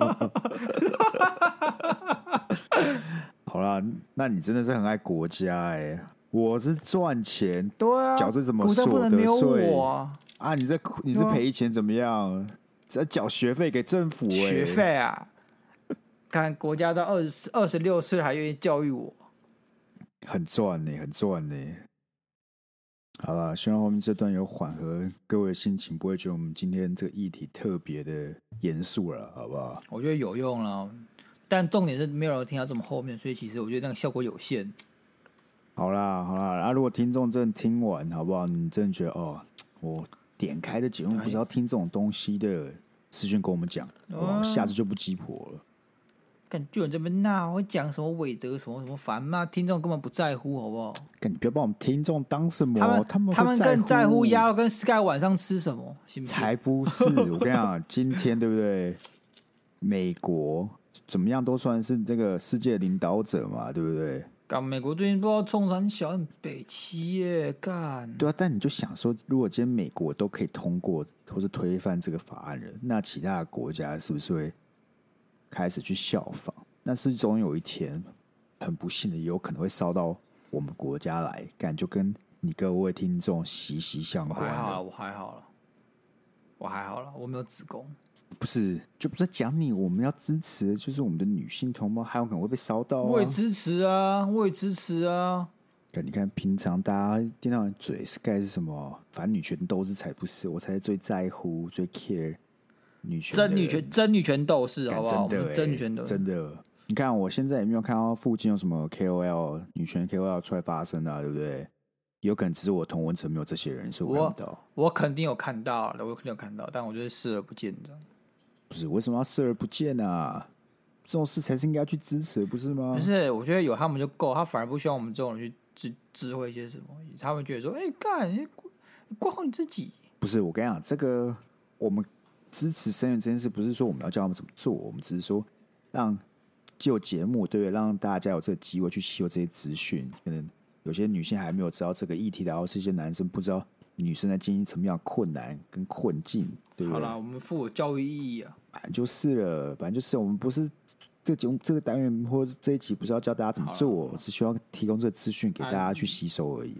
好啦，那你真的是很爱国家哎，我是赚钱， 对啊， 缴这怎么所得税啊？ 啊，你这你是赔钱怎么样？在缴学费给政府哎， 学费啊。看国家到二十二十六岁还愿意教育我， 很赚呢，很赚呢。好了，希望后面这段有缓和各位的心情，不会觉得我们今天这个议题特别的严肃了，好不好？ 我觉得有用了，但重点是没有人听到这么后面，所以其实我觉得那个效果有限。 好啦，好啦，啊，如果听众真的听完，好不好？你真的觉得哦，我点开的节目不是要听这种东西的，私讯跟我们讲，好不好？下次就不鸡婆了。 感觉有人这边闹，会讲什么伪德什么什么烦嘛？听众根本不在乎，好不好？ 你不要把我们听众当什么？ 他们他们他们更在乎鸭肉跟 Sky 晚上吃什么，行不行？ 才不是！我跟你讲，今天对不对？美国怎么样都算是这个世界领导者嘛，对不对？ 干美国最近不知道冲山小很北七耶，干对啊，但你就想说，如果今天美国都可以通过或是推翻这个法案了，那其他的国家是不是会开始去效仿？但是总有一天，很不幸的，有可能会烧到我们国家来，干就跟你各位听众息息相关了。 我还好了，我还好了，我还好了，我没有子宫。 不是，就不是讲你，我们要支持，就是我们的女性同胞，还有可能会被烧到、啊。 我也支持啊，我也支持啊。 你看，平常大家听到嘴 Sky 是什么？反正女权斗士才不是，我才最在乎、最 care 女权。 真女权，真女权斗士，好不好？ 真的、欸， 真女权斗士， 真的。你看，我现在也没有看到附近有什么 K O L 女权 K O L 出来发声啊，对不对？有可能只是我同温层没有这些人，所以我看不到。 我肯定有看到，我肯定有看到，但我就是视而不见的。 不是，为什么要视而不见啊？这种事才是应该去支持，不是吗？ 不是，我觉得有他们就够，他反而不需要我们这种人去智智慧一些什么。他们觉得说，哎、欸，干，管好你自己。 不是，我跟你讲，这个我们支持生育这件事，不是说我们要教他们怎么做，我们只是说让就节目，对不对？让大家有这个机会去吸收这些资讯。可能有些女性还没有知道这个议题的，然后是一些男生不知道女生在经历什么样的困难跟困境，对不对？ 好啦，我们负有教育意义啊。 本来就是了，本来就是。我们不是这个节目、这个单元或者这一集不是要教大家怎么做，只希望提供这个资讯给大家去吸收而已。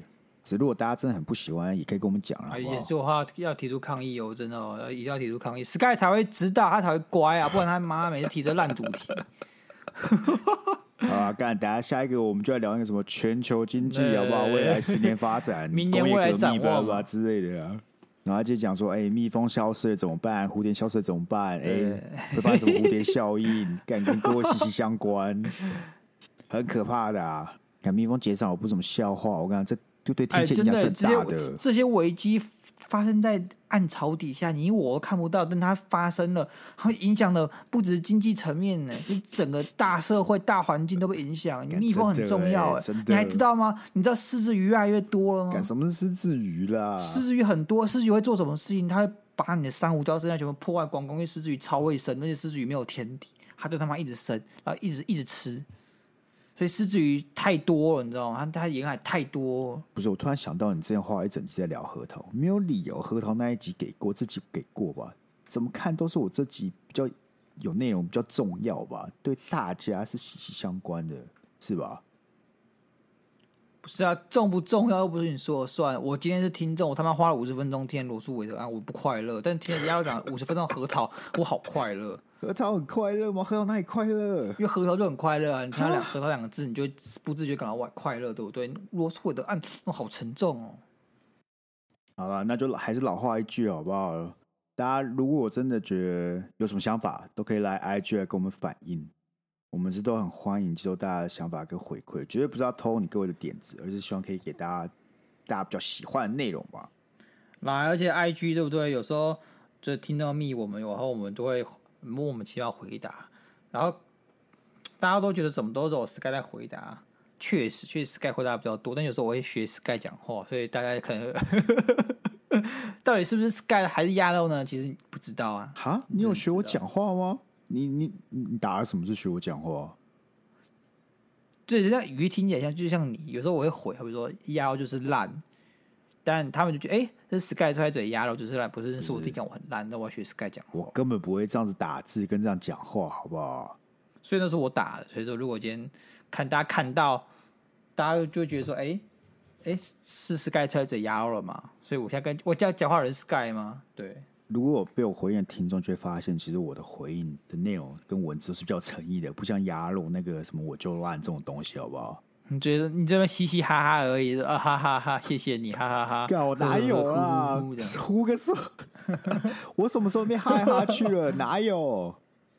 只如果大家真的很不喜欢，也可以跟我们讲啊。 啊，也做话要提出抗议哦，真的哦，一定要提出抗议 ，Sky 才会知道，他才会乖啊，不然他妈每次提这烂主题。 好啊，干！等下下一个我们就来聊那个什么全球经济好不好？未来十年发展、 明年未来展望吧之类的啊。然后就讲说，哎、欸，蜜蜂消失了怎么办？蝴蝶消失了怎么办？哎、欸，会发生什么蝴蝶效应？干跟各位息息相关，很可怕的啊！看蜜蜂减少不是什么笑话，我跟你讲，这就对天气影响是很大的。 欸、这些危机发生在暗潮底下，你我都看不到，但它发生了，它影响的不止经济层面呢，就整个大社会、大环境都被影响。蜜蜂很重要哎、欸，你还知道吗？你知道狮子鱼越来越多了吗？ 什么是狮子鱼啦？ 狮子鱼很多，狮子鱼会做什么事情？它会把你的珊瑚礁生态全部破坏光光，因为狮子鱼超会生，而且狮子鱼没有天敌，它就他妈一直生，然后一直一直吃。所以狮子鱼太多了，你知道吗？它它沿海太多了。 不是，我突然想到，你之前花了一整集在聊核桃，没有理由核桃那一集给过，这集给过吧？怎么看都是我这集比较有内容，比较重要吧？对大家是息息相关的，是吧？ 不是啊，重不重要又不是你说了算。我今天是听众，我他妈花了五十分钟听罗素韦德安，我不快乐。但听人家讲五十分钟核桃，我好快乐。 核桃很快乐吗？核桃哪里快乐？因为核桃就很快乐啊！你看两核桃两个字，你就会不自觉感到快乐，对不对？罗素韦德安，那好沉重哦。 好了，那就还是老话一句好不好？大家如果真的觉得有什么想法，都可以来 I G 来跟我们反映。我们是都很欢迎接受大家的想法跟回馈，绝对不是要偷你各位的点子，而是希望可以给大家大家比较喜欢的内容吧。 来，而且 I G 对不对？有时候就听到密我们，然后我们都会莫名其妙回答，然后大家都觉得什么都是我 Sky 在回答，确实，确实 Sky 回答比较多，但有时候我会学 Sky 讲话，所以大家可能到底是不是 Sky 还是鸭肉呢？其实不知道啊。 哈，你有学我讲话吗？你你你打了什么是学我讲话？ 对，人家语气听起来像，就像你有时候我会回，比如说鸭肉就是烂，但他们就觉得哎、欸，这是 Sky 出来嘴鸭肉就是烂，不是是我自己讲我很烂，那我要学 Sky 讲话。 我根本不会这样子打字跟这样讲话，好不好？ 所以那是我打的，所以说如果今天看大家看到，大家就会觉得说，哎、欸、哎、欸，是 Sky 出来嘴鸭肉了嘛？所以我现在跟我这样讲话的人是 Sky 吗？对。 如果被我回应的听众就会发现，其实我的回应的内容跟文字是比较诚意的，不像鸭肉那个什么我就烂这种东西，好不好？ 你觉得你这边嘻嘻哈哈而已啊，哈哈哈！谢谢你，哈哈哈！ 干我哪有啊？呼个手！我什么时候变哈来哈去了？哪有？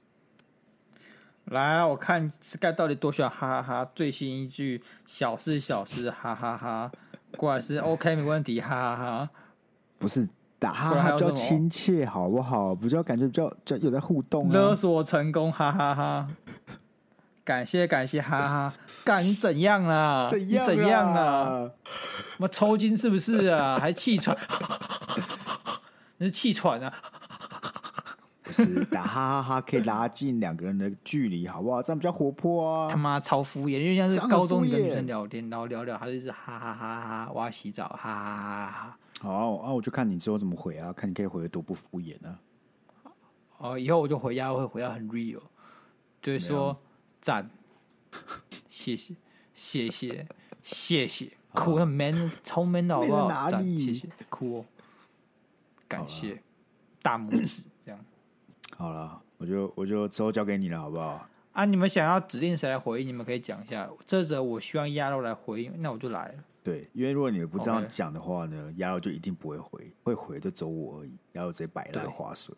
来，我看 Sky 到底多喜欢哈哈哈！最新一句小事小事，哈哈哈！过来是 OK 没问题，哈哈哈！ 不是。打哈哈比较亲切，好不好？比较感觉比较比较有在互动、啊。 勒索成功，哈哈哈！感谢感谢，哈哈！干你怎样啦？ 怎样你怎样啦？我抽筋是不是啊？还气喘？你是气喘啊？ 不是打哈哈哈可以拉近两个人的距离，好不好？这样比较活泼啊！ 他妈超敷衍，因为像是高中跟女生聊天，然后聊聊，他就是哈哈哈哈，我要洗澡，哈哈哈哈。 好啊，我就看你之后怎么回啊，看你可以回的多不敷衍啊。 哦，以后我就回家会回到很 real， 就是说赞，谢谢，谢谢，谢谢，酷很 man， 超 man 的好不好？赞，谢谢，酷哦，感谢，大拇指这样。 好了，我就我就之后交给你了，好不好？ 啊，你们想要指定谁来回应，你们可以讲一下。这则我希望鸭肉来回应，那我就来了。 对，因为如果你们不这样讲的话呢，鸭肉就一定不会回，会回就走我而已，鸭肉直接摆烂划水。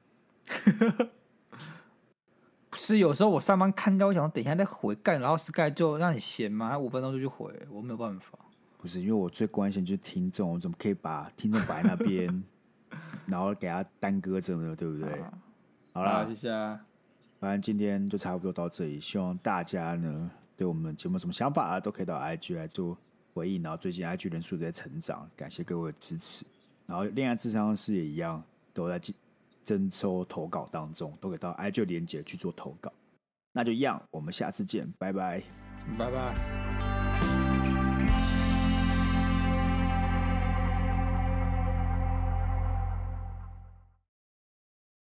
不是，有时候我上班看到，我想等一下再回干，然后 Sky 就让你闲嘛，他五分钟就去回，我没有办法。 不是，因为我最关心就是听众，我怎么可以把听众摆在那边，然后给他耽搁着呢？对不对？啊、好啦， 谢谢啊。 反正今天就差不多到这里，希望大家呢对我们节目有什么想法啊，都可以到 I G 来做回应。然后最近 I G 人数在成长，感谢各位的支持。然后恋爱智商室也一样，都在征收投稿当中，都可以到 I G 连结去做投稿。那就一样，我们下次见，拜拜， 拜拜。